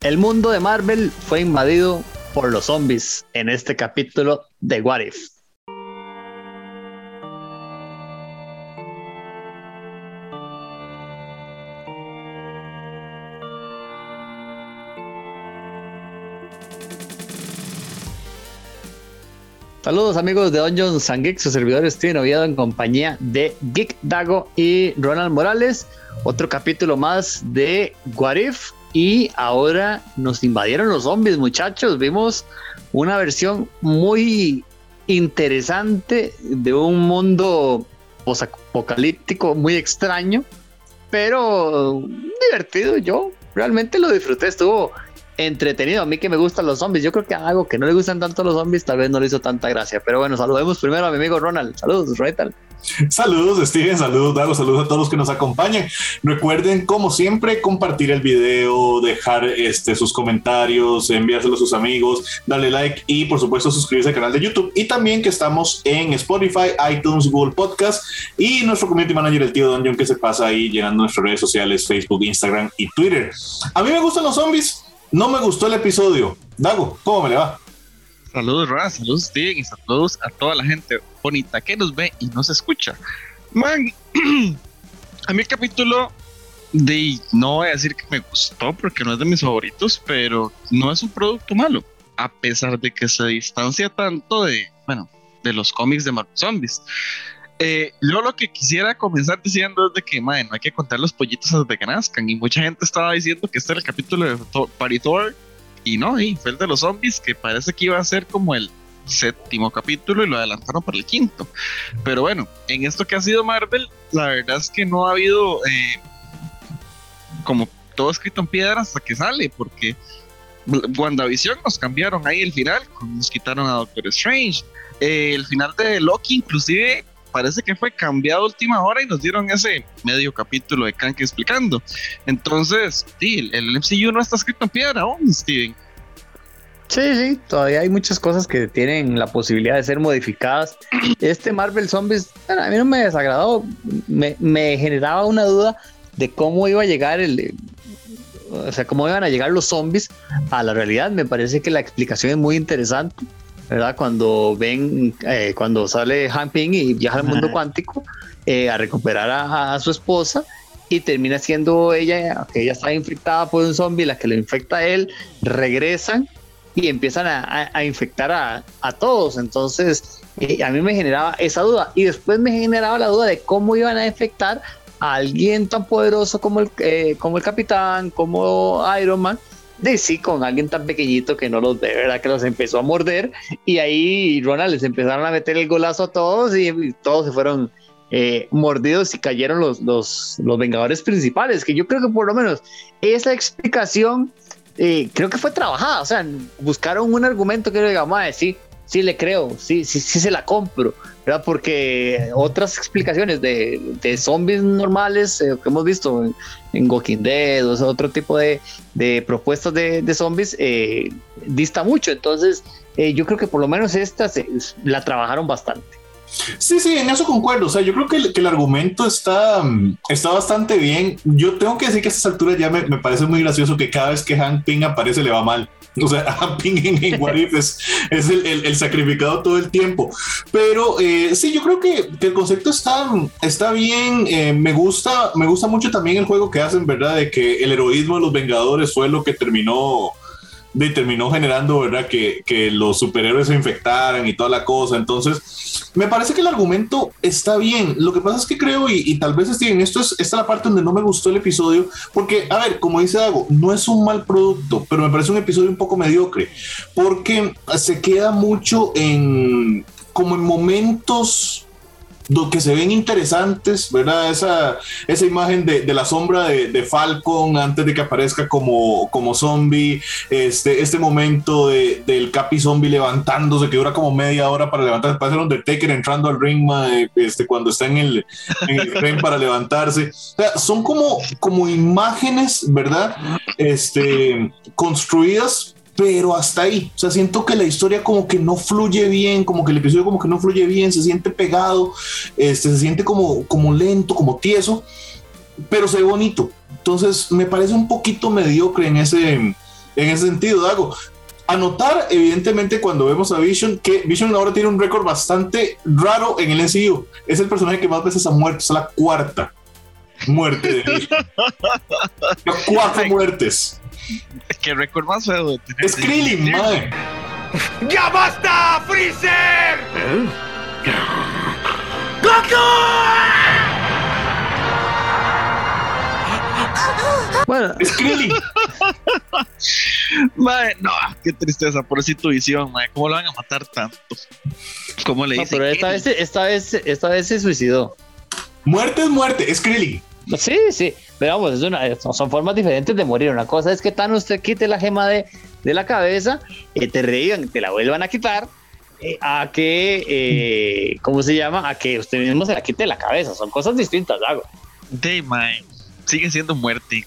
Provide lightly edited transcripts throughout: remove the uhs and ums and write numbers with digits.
El mundo de Marvel fue invadido por los zombies en este capítulo de What If. Saludos amigos de Dungeons and Geeks, su servidor Steven Oviedo en compañía de Geek Dago y Ronald Morales. Otro capítulo más de What If. Y ahora nos invadieron los zombies, muchachos. Vimos una versión muy interesante de un mundo posapocalíptico muy extraño, pero divertido. Yo realmente lo disfruté, estuvo entretenido. A mí que me gustan los zombies, yo creo que algo que no le gustan tanto los zombies tal vez no le hizo tanta gracia. Pero bueno, saludemos primero a mi amigo Ronald. Saludos, Ronald. Saludos Steven, saludos Dago, saludos a todos los que nos acompañan. Recuerden, como siempre, compartir el video, dejar sus comentarios, enviárselo a sus amigos, darle like y por supuesto suscribirse al canal de YouTube. Y también que estamos en Spotify, iTunes, Google Podcast y nuestro community manager, el tío Dungeon, que se pasa ahí llenando nuestras redes sociales, Facebook, Instagram y Twitter. A mí me gustan los zombies, no me gustó el episodio. Dago, ¿cómo me le va? Saludos Ron, saludos Steven y saludos a toda la gente bonita que nos ve y nos escucha. Man, a mí el capítulo no voy a decir que me gustó porque no es de mis favoritos, pero no es un producto malo, a pesar de que se distancia tanto de los cómics de Marvel Zombies. Yo lo que quisiera comenzar diciendo es de que, man, no hay que contar los pollitos hasta que nazcan, y mucha gente estaba diciendo que este era el capítulo de Party Thor. Y no, fue el de los zombies, que parece que iba a ser como el 7º capítulo y lo adelantaron para el 5º. Pero bueno, en esto que ha sido Marvel, la verdad es que no ha habido como todo escrito en piedra hasta que sale, porque WandaVision nos cambiaron ahí el final, nos quitaron a Doctor Strange. El final de Loki inclusive parece que fue cambiado a última hora y nos dieron ese medio capítulo de Kang explicando. Entonces, sí, el MCU no está escrito en piedra aún, Steven. Sí, todavía hay muchas cosas que tienen la posibilidad de ser modificadas. Este Marvel Zombies, a mí no me desagradó, me generaba una duda de cómo iba a llegar cómo iban a llegar los zombies a la realidad. Me parece que la explicación es muy interesante, ¿verdad? Cuando sale Han Ping y viaja al mundo cuántico a recuperar a su esposa, y termina siendo ella, que ella está infectada por un zombie, la que lo infecta a él, regresan y empiezan a infectar a todos. Entonces a mí me generaba esa duda, y después me generaba la duda de cómo iban a infectar a alguien tan poderoso como el Capitán, como Iron Man, con alguien tan pequeñito que no los ve, ¿verdad? Que los empezó a morder, y ahí Ronald les empezaron a meter el golazo a todos y todos se fueron mordidos y cayeron los Vengadores principales, que yo creo que por lo menos esa explicación creo que fue trabajada. O sea, buscaron un argumento que le diga, madre, sí le creo, sí se la compro, ¿verdad? Porque otras explicaciones de zombies normales que hemos visto en Walking Dead, o sea, otro tipo de propuestas de zombies, dista mucho. Entonces yo creo que por lo menos esta la trabajaron bastante. Sí, en eso concuerdo. O sea, yo creo que el argumento está bastante bien. Yo tengo que decir que a estas alturas ya me parece muy gracioso que cada vez que Han Ping aparece le va mal. O sea, Han Ping en What If es el sacrificado todo el tiempo. Pero sí, yo creo que el concepto está bien. Me gusta mucho también el juego que hacen, ¿verdad? De que el heroísmo de los Vengadores fue lo que terminó generando, ¿verdad? Que los superhéroes se infectaran y toda la cosa. Entonces, me parece que el argumento está bien. Lo que pasa es que creo, y tal vez esta es la parte donde no me gustó el episodio, porque, a ver, como dice Dago, no es un mal producto, pero me parece un episodio un poco mediocre, porque se queda mucho como en momentos que se ven interesantes, ¿verdad? Esa imagen de la sombra de Falcon antes de que aparezca como zombie, este momento del Capi zombie levantándose, que dura como media hora para levantarse, parece el Undertaker entrando al ring, cuando está en el tren para levantarse. O sea, son como imágenes, ¿verdad? Construidas, pero hasta ahí. O sea, siento que la historia como que no fluye bien, como que el episodio como que no fluye bien, se siente pegado, se siente como lento, como tieso, pero se ve bonito. Entonces me parece un poquito mediocre en en ese sentido, Dago. Anotar, evidentemente, cuando vemos a Vision, que Vision ahora tiene un récord bastante raro en el MCU. Es el personaje que más veces ha muerto, es la 4ª muerte de Vision. 4 muertes. Qué récord más feo de tener. Es Krillin, madre. ¡Ya basta, Freezer! ¡Goku! Bueno, Es Krillin. Mae, no, qué tristeza, por así tu visión, mae. ¿Cómo lo van a matar tanto? ¿Cómo le no, dicen? pero esta vez se suicidó. Muerte es muerte, es Krillin. Sí, pero vamos, son formas diferentes de morir. Una cosa es que Thanos te quite la gema de la cabeza, te revivan, te la vuelvan a quitar, a que, ¿cómo se llama? A que usted mismo se la quite de la cabeza. Son cosas distintas, Dago. De mae, sigue siendo muerte.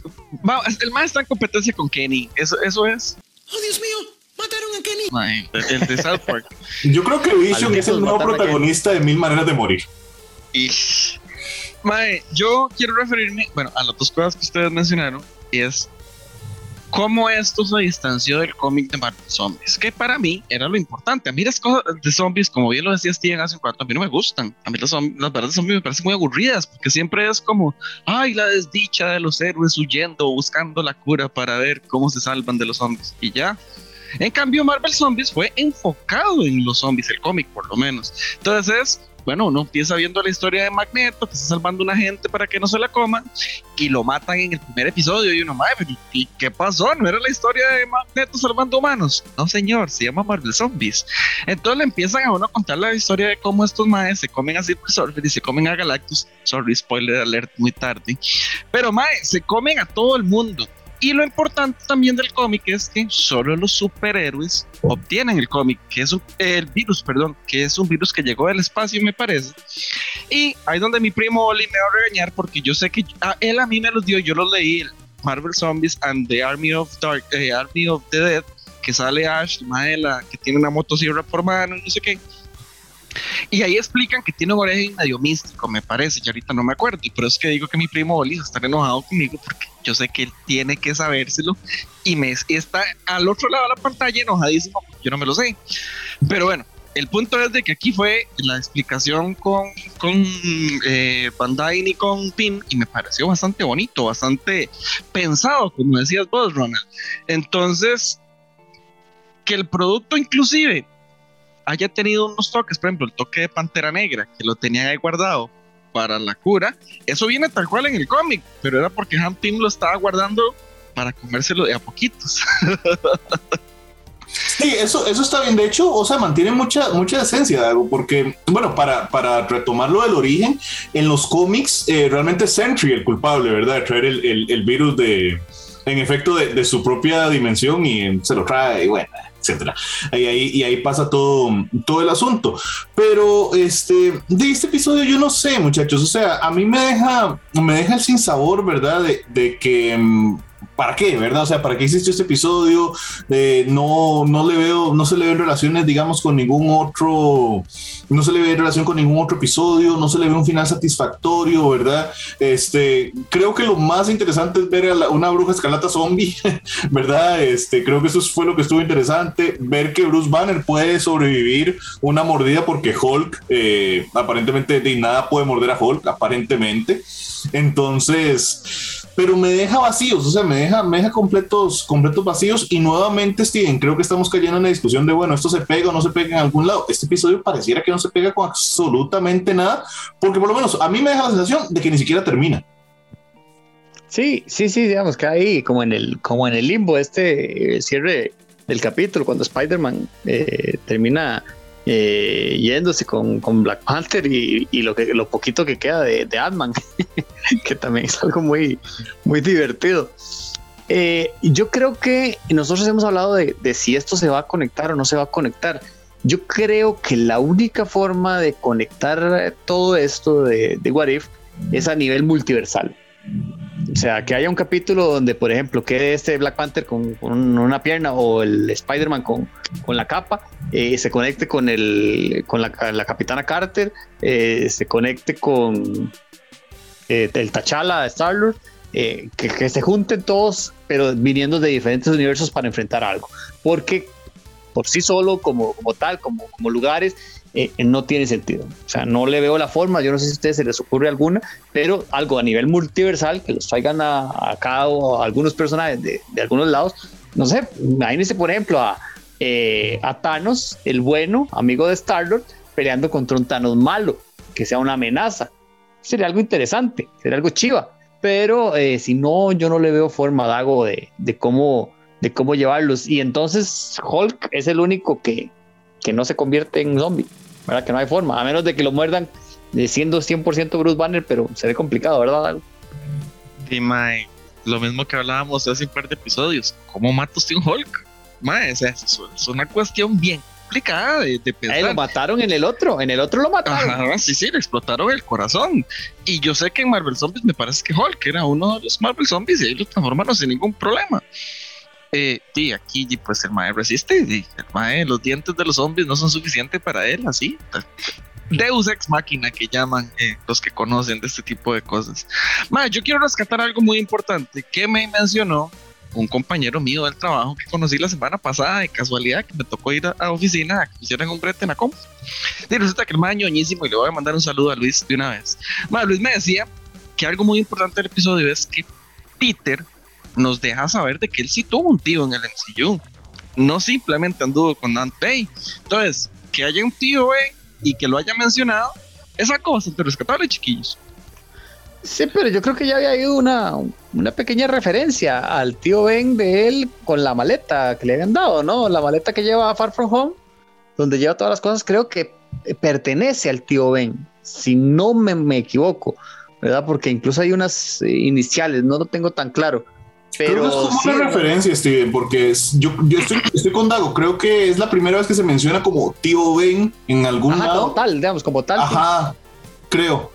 El mae está en competencia con Kenny. Eso es. ¡Oh, Dios mío! ¡Mataron a Kenny! Mae, el de South Park. Yo creo que Vision es el nuevo protagonista de 1000 maneras de morir. Y mae, yo quiero referirme, bueno, a las dos cosas que ustedes mencionaron, es cómo esto se distanció del cómic de Marvel Zombies, que para mí era lo importante. A mí las cosas de zombies, como bien lo decía Steven hace un rato, a mí no me gustan. A mí las verdades de zombies me parecen muy aburridas, porque siempre es como, ay, la desdicha de los héroes huyendo, buscando la cura para ver cómo se salvan de los zombies, y ya. En cambio, Marvel Zombies fue enfocado en los zombies, el cómic por lo menos. Entonces, bueno, uno empieza viendo la historia de Magneto, que está salvando a una gente para que no se la coma, y lo matan en el primer episodio, y uno, madre, ¿y qué pasó? ¿No era la historia de Magneto salvando humanos? No, señor, se llama Marvel Zombies. Entonces le empiezan a uno a contar la historia de cómo estos maes se comen a Silver Surfer y se comen a Galactus. Sorry, spoiler alert, muy tarde. Pero se comen a todo el mundo. Y lo importante también del cómic es que solo los superhéroes obtienen el cómic, que es el virus, que es un virus que llegó del espacio, me parece. Y ahí donde mi primo Oli me va a regañar, porque yo sé que él a mí me los dio, yo los leí, Marvel Zombies and the Army of the Dead, que sale Ash, Maela, que tiene una motosierra por mano, no sé qué. Y ahí explican que tiene un origen medio místico, me parece, y ahorita no me acuerdo, y por eso es que digo que mi primo Oli está enojado conmigo, porque yo sé que él tiene que sabérselo, y está al otro lado de la pantalla enojadísimo, porque yo no me lo sé. Pero bueno, el punto es de que aquí fue la explicación con Van Dyne y con Pym, y me pareció bastante bonito, bastante pensado, como decías vos, Ronald. Entonces, que el producto inclusive haya tenido unos toques, por ejemplo, el toque de Pantera Negra, que lo tenían ahí guardado para la cura, eso viene tal cual en el cómic, pero era porque Hank Pym lo estaba guardando para comérselo de a poquitos. Sí, eso está bien. De hecho, o sea, mantiene mucha esencia de algo, porque, bueno, para retomar lo del origen, en los cómics, realmente es Sentry el culpable, ¿verdad? De traer el virus en efecto de su propia dimensión, y se lo trae, y bueno, etcétera. Y ahí pasa todo el asunto. Pero de este episodio yo no sé, muchachos, o sea, a mí me deja el sinsabor, ¿verdad? De que ¿para qué, verdad? O sea, ¿para qué existe este episodio? No se le ven relaciones, digamos, con ningún otro. No se le ve relación con ningún otro episodio, no se le ve un final satisfactorio, ¿verdad? Creo que lo más interesante es ver a una bruja escarlata zombie, ¿verdad? Creo que eso fue lo que estuvo interesante, ver que Bruce Banner puede sobrevivir una mordida, porque Hulk, aparentemente, de nada puede morder a Hulk, aparentemente. Entonces, pero me deja vacíos, o sea, me deja completos vacíos. Y nuevamente, Steven, creo que estamos cayendo en la discusión de, bueno, esto se pega o no se pega en algún lado. Este episodio pareciera que no se pega con absolutamente nada, porque por lo menos a mí me deja la sensación de que ni siquiera termina. Sí, digamos que ahí como en el limbo cierre del capítulo, cuando Spider-Man termina yéndose con Black Panther y lo poquito que queda de Ant-Man, que también es algo muy, muy divertido. Yo creo que nosotros hemos hablado de si esto se va a conectar o no se va a conectar. Yo creo que la única forma de conectar todo esto de What If es a nivel multiversal. O sea, que haya un capítulo donde, por ejemplo, quede Black Panther con una pierna, o el Spider-Man con la capa, se conecte con la Capitana Carter, se conecte con el T'Challa, Star-Lord, que se junten todos, pero viniendo de diferentes universos para enfrentar algo, porque por sí solo, como tal, como lugares, no tiene sentido. O sea, no le veo la forma. Yo no sé si a ustedes se les ocurre alguna, pero algo a nivel multiversal que los traigan acá o a algunos personajes de algunos lados. No sé, imagínense por ejemplo a Thanos, el bueno, amigo de Star-Lord, peleando contra un Thanos malo, que sea una amenaza. Sería algo interesante, sería algo chiva. Pero si no, yo no le veo forma, Dago, de cómo llevarlos. Y entonces Hulk es el único que no se convierte en zombie, ¿verdad? Que no hay forma, a menos de que lo muerdan siendo 100% Bruce Banner, pero se ve complicado, ¿verdad, Dago? Sí, mae, lo mismo que hablábamos hace un par de episodios. ¿Cómo mata usted un Hulk? Mae, o sea, es una cuestión bien complicada de pensar. Lo mataron en el otro lo mataron. Ajá, sí, le explotaron el corazón. Y yo sé que en Marvel Zombies me parece que Hulk era uno de los Marvel Zombies y ahí lo transformaron sin ningún problema. Sí, aquí pues el mae resiste, el mae, los dientes de los zombies no son suficientes para él, así. Deus ex machina que llaman los que conocen de este tipo de cosas. Mae, yo quiero rescatar algo muy importante que me mencionó un compañero mío del trabajo que conocí la semana pasada de casualidad, que me tocó ir a oficina a que hicieran un brete en la compu. Y resulta que el mae ñoñísimo, y le voy a mandar un saludo a Luis de una vez. Mae, Luis me decía que algo muy importante del episodio es que Peter nos deja saber de que él sí tuvo un tío en el MCU, no simplemente anduvo con Aunt May. Entonces, que haya un tío y que lo haya mencionado es algo bastante rescatable, chiquillos. Sí, pero yo creo que ya había habido una pequeña referencia al tío Ben de él con la maleta que le habían dado, ¿no? La maleta que lleva a Far From Home, donde lleva todas las cosas, creo que pertenece al tío Ben, si no me equivoco, ¿verdad? Porque incluso hay unas iniciales, no lo tengo tan claro. Pero creo que es como sí, una referencia, Steven, porque yo estoy con Dago. Creo que es la primera vez que se menciona como tío Ben en algún lado. Como tal, digamos, como tal. Ajá, creo.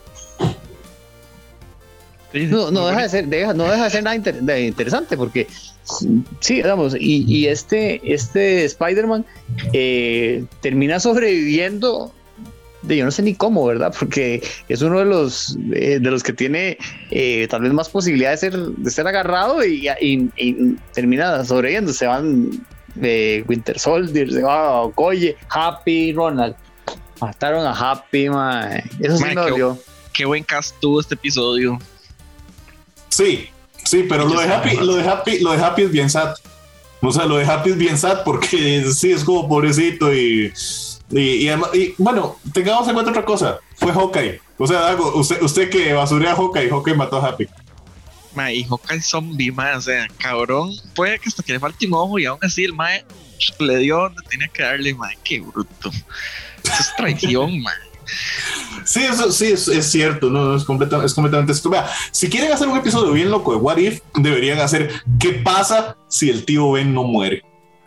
Sí, no deja de ser nada interesante, porque sí, digamos, y este Spider-Man termina sobreviviendo. Yo no sé ni cómo, ¿verdad? Porque es uno de los que tiene tal vez más posibilidad de ser agarrado y termina sobreviviendo. Se van Winter Soldier, se va a Okoye, Happy, Ronald. Mataron a Happy, man. Eso sí me dolió. Qué buen cast tuvo este episodio. Sí, pero lo de Happy es bien sad. O sea, lo de Happy es bien sad porque sí, es como pobrecito y bueno, tengamos en cuenta otra cosa. Fue Hawkeye. O sea, Dago, usted que basurea a Hawkeye mató a Happy. Mae, y Hawkeye zombie, mae, o sea, cabrón, puede que hasta que le falte un ojo y aún así el mae le dio donde tenía que darle, mae, qué bruto. Eso es traición, mae. Sí, eso sí es cierto, no es completamente esto. Vea, si quieren hacer un episodio bien loco de What If, deberían hacer ¿qué pasa si el tío Ben no muere?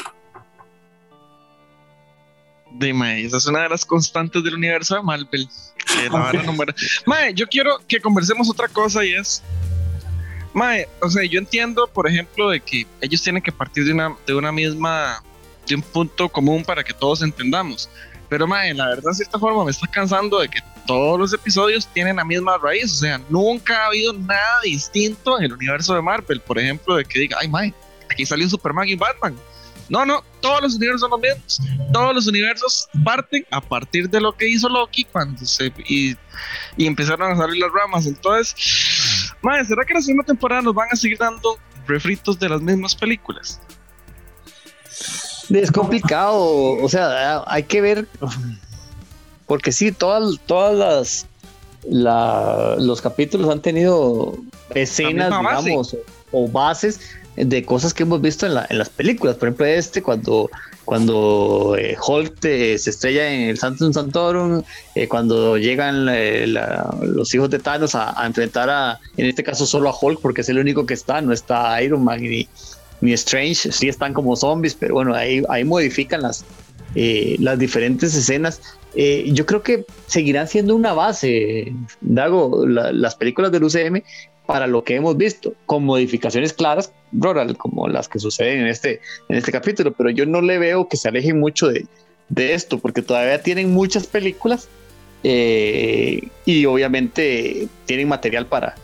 Dime, esa es una de las constantes del universo de Marvel. Mae, yo quiero que conversemos otra cosa y es, mae, o sea, yo entiendo, por ejemplo, de que ellos tienen que partir de un punto común para que todos entendamos. Pero, mae, la verdad, de cierta forma, me está cansando de que todos los episodios tienen la misma raíz. O sea, nunca ha habido nada distinto en el universo de Marvel. Por ejemplo, de que diga, ay, mae, aquí salió Superman y Batman. No, todos los universos son los mismos. Todos los universos parten a partir de lo que hizo Loki cuando y empezaron a salir las ramas. Entonces, mae, ¿será que la segunda temporada nos van a seguir dando refritos de las mismas películas? Es complicado, o sea, hay que ver, porque sí, todas los capítulos han tenido escenas, digamos, o bases de cosas que hemos visto en las películas. Por ejemplo, cuando Hulk se estrella en el Sanctum Sanctorum, cuando llegan los hijos de Thanos a enfrentar en este caso solo a Hulk, porque es el único que está, no está Iron Man ni Strange, sí están como zombies, pero bueno, ahí modifican las diferentes escenas. Yo creo que seguirán siendo una base, Dago, las películas del UCM para lo que hemos visto, con modificaciones claras, Roral, como las que suceden en este capítulo, pero yo no le veo que se alejen mucho de esto, porque todavía tienen muchas películas y obviamente tienen material para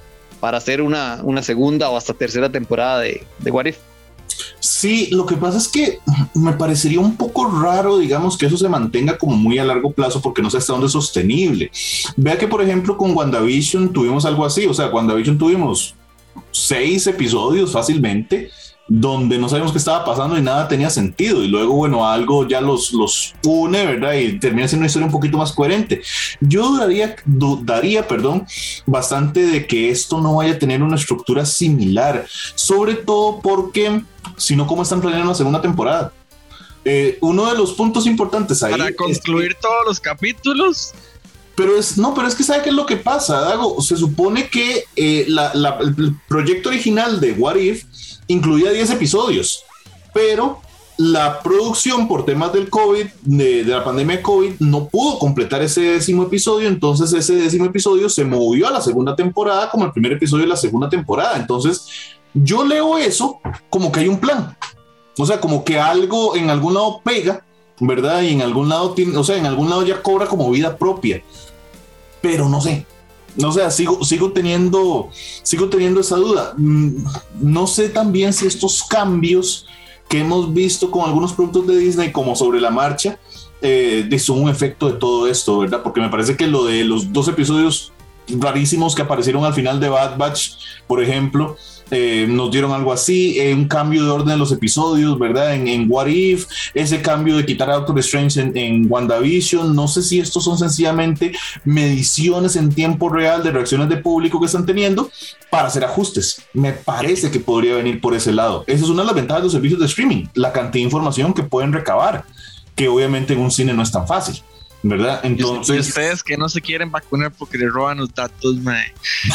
para hacer una segunda o hasta tercera temporada de What If. Sí, lo que pasa es que me parecería un poco raro, digamos, que eso se mantenga como muy a largo plazo porque no sé hasta dónde es sostenible. Vea que, por ejemplo, con WandaVision tuvimos algo así, o sea, WandaVision tuvimos 6 episodios fácilmente donde no sabíamos qué estaba pasando y nada tenía sentido, y luego, bueno, algo ya los une, ¿verdad? Y termina siendo una historia un poquito más coherente. Yo dudaría, bastante de que esto no vaya a tener una estructura similar, sobre todo porque, si no, ¿cómo están planeando la segunda temporada? Uno de los puntos importantes ahí para concluir todos los capítulos. Pero es que ¿sabe qué es lo que pasa, Dago? Se supone que el proyecto original de What If incluía 10 episodios, pero la producción por temas del COVID, de la pandemia de COVID, no pudo completar ese 10º episodio, entonces ese 10º episodio se movió a la segunda temporada como el primer episodio de la segunda temporada. Entonces yo leo eso como que hay un plan, o sea, como que algo en algún lado pega, ¿verdad? Y en algún lado tiene, o sea, en algún lado ya cobra como vida propia, pero no sé. O sea, sigo teniendo esa duda. No sé también si estos cambios que hemos visto con algunos productos de Disney como sobre la marcha son un efecto de todo esto, ¿verdad? Porque me parece que lo de los 2 episodios rarísimos que aparecieron al final de Bad Batch, por ejemplo, nos dieron algo así, un cambio de orden de los episodios, ¿verdad? En What If, ese cambio de quitar a Doctor Strange en WandaVision. No sé si estos son sencillamente mediciones en tiempo real de reacciones de público que están teniendo para hacer ajustes. Me parece que podría venir por ese lado. Esa es una de las ventajas de los servicios de streaming, la cantidad de información que pueden recabar, que obviamente en un cine no es tan fácil, ¿verdad? Entonces, y ustedes que no se quieren vacunar porque les roban los datos, mae.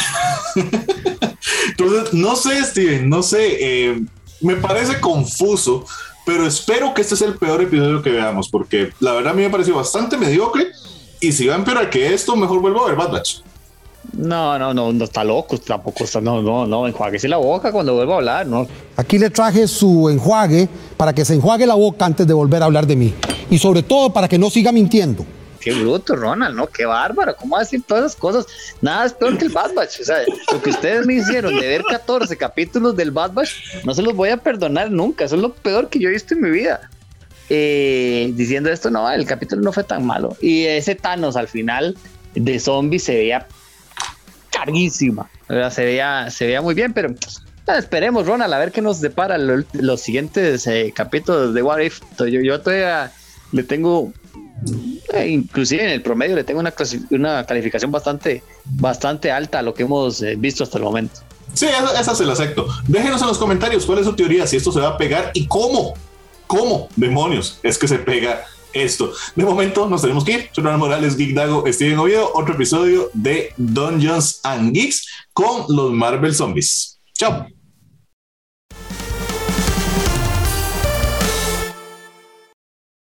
Entonces, no sé, Steven, no sé, me parece confuso, pero espero que este sea el peor episodio que veamos, porque la verdad a mí me pareció bastante mediocre, y si va a empeorar que esto, mejor vuelvo a ver Bad Batch. No está loco, tampoco está, no, enjuáguese la boca cuando vuelva a hablar, ¿no? Aquí le traje su enjuague para que se enjuague la boca antes de volver a hablar de mí, y sobre todo para que no siga mintiendo. Qué bruto, Ronald, ¿no? Qué bárbaro, ¿cómo va a decir todas esas cosas? Nada es peor que el Bad Batch, o sea, lo que ustedes me hicieron de ver 14 capítulos del Bad Batch, no se los voy a perdonar nunca, eso es lo peor que yo he visto en mi vida. Diciendo esto, no, el capítulo no fue tan malo, y ese Thanos al final de zombies se veía carguísima, se veía muy bien, pero esperemos, Ronald, a ver qué nos depara los siguientes capítulos de What If. Yo todavía le tengo... inclusive en el promedio le tengo una calificación bastante alta a lo que hemos visto hasta el momento. Sí, esa se la acepto. Déjenos en los comentarios cuál es su teoría, si esto se va a pegar y cómo demonios es que se pega esto. De momento nos tenemos que ir. Soy Ronald Morales, Geek Dago, Steven Oviedo, otro episodio de Dungeons and Geeks con los Marvel Zombies. Chao.